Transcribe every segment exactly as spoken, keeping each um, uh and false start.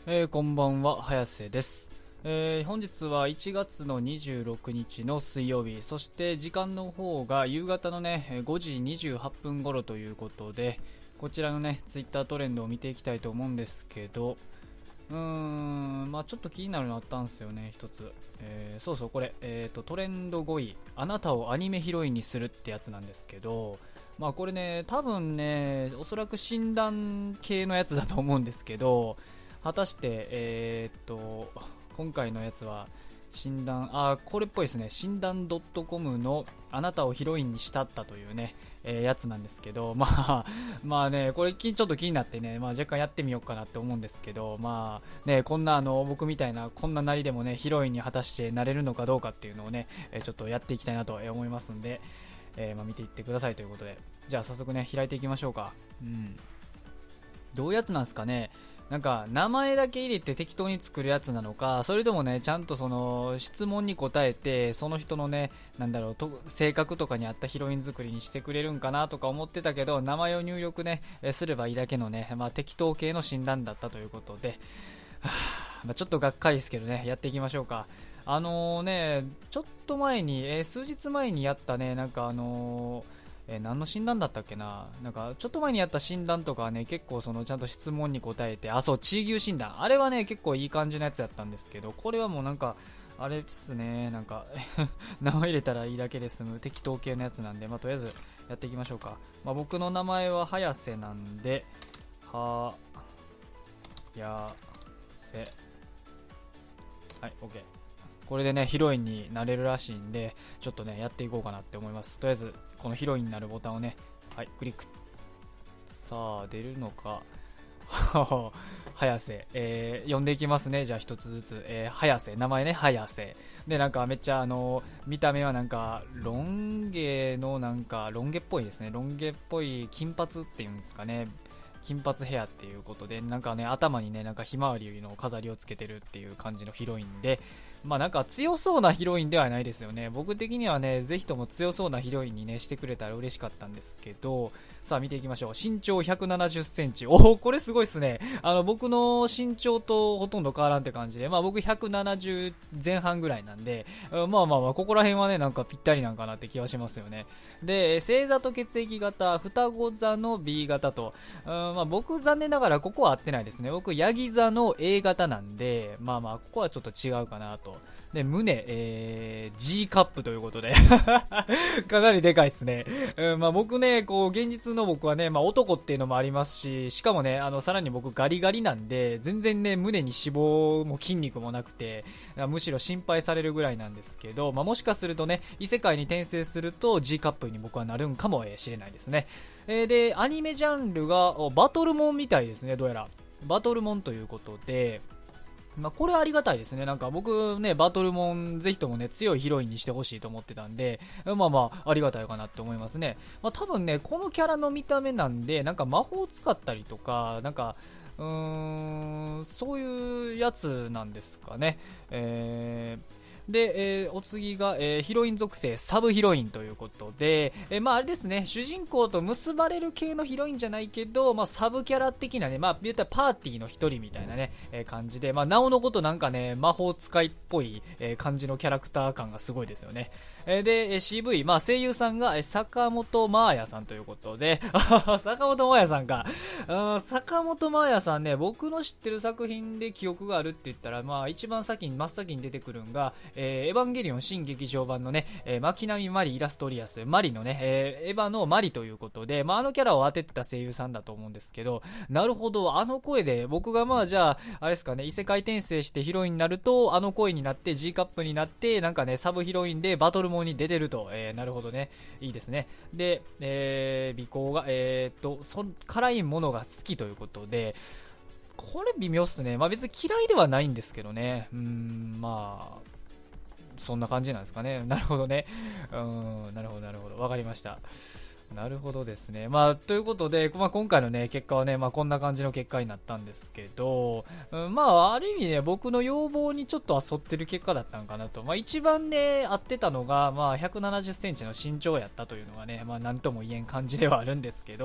えー、こんばんは、早瀬です。えー、本日はいちがつのにじゅうろくにちの水曜日、そして時間の方が夕方のねごじにじゅうはっぷん頃ということで、こちらのねツイッタートレンドを見ていきたいと思うんですけど、うーんまあちょっと気になるのあったんですよね、一つ。えー、そうそう、これ、えーとトレンドごい、あなたをアニメヒロインにするってやつなんですけど、まあこれね、多分ね、おそらく診断系のやつだと思うんですけど、果たして、えー、っと今回のやつは診断、あ、これっぽいですね。診断 .com のあなたをヒロインにしたったというね、えー、やつなんですけど、まあ、まあね、これちょっと気になってね、まあ若干やってみようかなって思うんですけど、まあね、こんなあの、僕みたいな、こんななりでもね、ヒロインに果たしてなれるのかどうかっていうのをね、えー、ちょっとやっていきたいなと思いますんで、えー、まあ見ていってくださいということで、じゃあ早速ね、開いていきましょうか。うん。どういうやつなんですかね。なんか名前だけ入れて適当に作るやつなのか、それともねちゃんとその質問に答えてその人のね、なんだろうと、性格とかに合ったヒロイン作りにしてくれるんかなとか思ってたけど、名前を入力ねすればいいだけのね、まあ、適当系の診断だったということで、はあ、まあ、ちょっとがっかりですけどね、やっていきましょうか。あのー、ねちょっと前に、えー、数日前にやったね、なんかあのーえー、何の診断だったっけな。なんかちょっと前にやった診断とかはね、結構そのちゃんと質問に答えて、あ、そう、地牛診断、あれはね結構いい感じのやつだったんですけど、これはもうなんかあれですね、なんか名前入れたらいいだけで済む適当系のやつなんで、まあ、とりあえずやっていきましょうか。まあ、僕の名前は早瀬なんで、はやせ、はい、 OK。これでねヒロインになれるらしいんで、ちょっとねやっていこうかなって思います。とりあえずこのヒロインになるボタンをね、はい、クリック。さあ出るのか。早瀬、えー、読んでいきますね。じゃあ一つずつ、えー、早瀬、名前ね、早瀬で、なんかめっちゃあの見た目はなんかロン毛の、なんかロン毛っぽいですね。ロン毛っぽい金髪っていうんですかね、金髪ヘアっていうことで、なんかね頭にねなんかひまわりの飾りをつけてるっていう感じのヒロインで、まあなんか強そうなヒロインではないですよね。僕的にはね、ぜひとも強そうなヒロインにねしてくれたら嬉しかったんですけど、さあ見ていきましょう。身長ひゃくななじゅっセンチ。おお、これすごいっすね。あの僕の身長とほとんど変わらんって感じで、まあ僕ひゃくななじゅうぜん半ぐらいなんで、まあまあまあここら辺はねなんかぴったりなんかなって気はしますよね。で、星座と血液型、双子座の ビー 型と、うん、まあ僕残念ながらここは合ってないですね。僕ヤギ座の エー 型なんで、まあまあここはちょっと違うかなと。で、胸、えー、G カップということでかなりでかいっすね。うん、まあ僕ね、こう、現実の僕はね、まあ男っていうのもありますし、しかもね、あの、さらに僕ガリガリなんで、全然ね、胸に脂肪も筋肉もなくて、むしろ心配されるぐらいなんですけど、まあもしかするとね、異世界に転生すると G カップに僕はなるんかもしれないですね。えー、で、アニメジャンルがバトルモンみたいですね、どうやら。バトルモンということで、まあ、これありがたいですね。なんか僕ね、バトルモンぜひともね、強いヒロインにしてほしいと思ってたんで、まあまあ、ありがたいかなって思いますね。まあ多分ね、このキャラの見た目なんで、なんか魔法使ったりとか、なんか、うーん、そういうやつなんですかね。えーで、えーお次が、えーヒロイン属性サブヒロインということで、えーまああれですね、主人公と結ばれる系のヒロインじゃないけど、まあサブキャラ的なね、まあ言ったらパーティーの一人みたいなね、えー感じで、まあなおのことなんかね、魔法使いっぽい、えー感じのキャラクター感がすごいですよね。えーで、えー シーブイ、まあ声優さんが、えー坂本真綾さんということで、坂本真綾さんか。うん坂本真綾さんね、僕の知ってる作品で記憶があるって言ったら、まあ一番先に、真っ先に出てくるんが、えーエヴァンゲリオン新劇場版のね、えー、巻波マリイラストリアス、マリのね、えーエヴァのマリということで、まああのキャラを当ててた声優さんだと思うんですけど、なるほど、あの声で、僕がまあじゃあ、あれですかね、異世界転生してヒロインになると、あの声になって G カップになって、なんかね、サブヒロインでバトルモンに出てると、えー、なるほどね、いいですね。で、えー、尾行が、えーっと、そ辛いものが好きということで、これ微妙っすね。まあ別に嫌いではないんですけどね。うーん、まあ、そんな感じなんですかね。なるほどね。うーん、なるほど、なるほど。わかりました。なるほどですね。まあ、ということで、まあ、今回のね、結果はね、まあ、こんな感じの結果になったんですけど、うん、まあ、ある意味ね、僕の要望にちょっとは沿ってる結果だったんかなと。まあ、一番ね、合ってたのが、まあ、ひゃくななじゅっセンチの身長やったというのがね、まあ、なんとも言えん感じではあるんですけど、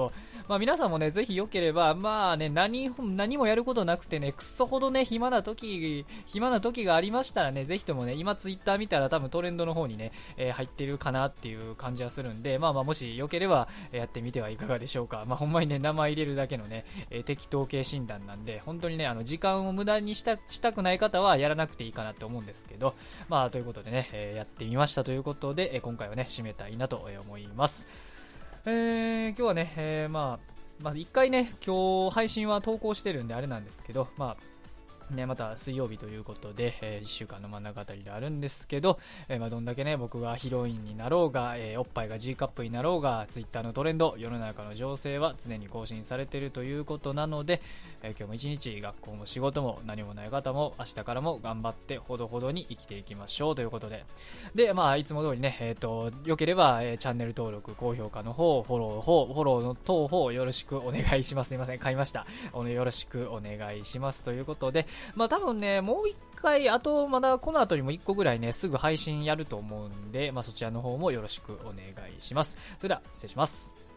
まあ皆さんもね、ぜひ良ければ、まあね、何、何もやることなくてね、くっそほどね、暇な時、暇な時がありましたらね、ぜひともね、今ツイッター見たら多分トレンドの方にね、えー、入ってるかなっていう感じはするんで、まあまあもし良ければ、えー、やってみてはいかがでしょうか。まあほんまにね、名前入れるだけのね、えー、適当系診断なんで、本当にね、あの、時間を無駄にした、したくない方はやらなくていいかなって思うんですけど、まあということでね、えー、やってみましたということで、えー、今回はね、締めたいなと思います。えー、今日はね、えー、まあ、まあ、一回ね、今日配信は投稿してるんであれなんですけど、まあ、ね、また水曜日ということで、えー、いっしゅうかんの真ん中あたりであるんですけど、えー、まあどんだけね僕がヒロインになろうが、えー、おっぱいが G カップになろうが、ツイッターのトレンド、世の中の情勢は常に更新されているということなので、えー、今日も一日学校も仕事も何もない方も明日からも頑張ってほどほどに生きていきましょうということで、でまあいつも通りね、えっと良ければ、えー、チャンネル登録、高評価の方、フォローの方、フォローの等方よろしくお願いします。すいません、買いました。おね、よろしくお願いしますということで、まあ多分ね、もう一回、あとまだこの後にも一個ぐらいね、すぐ配信やると思うんで、まあそちらの方もよろしくお願いします。それでは、失礼します。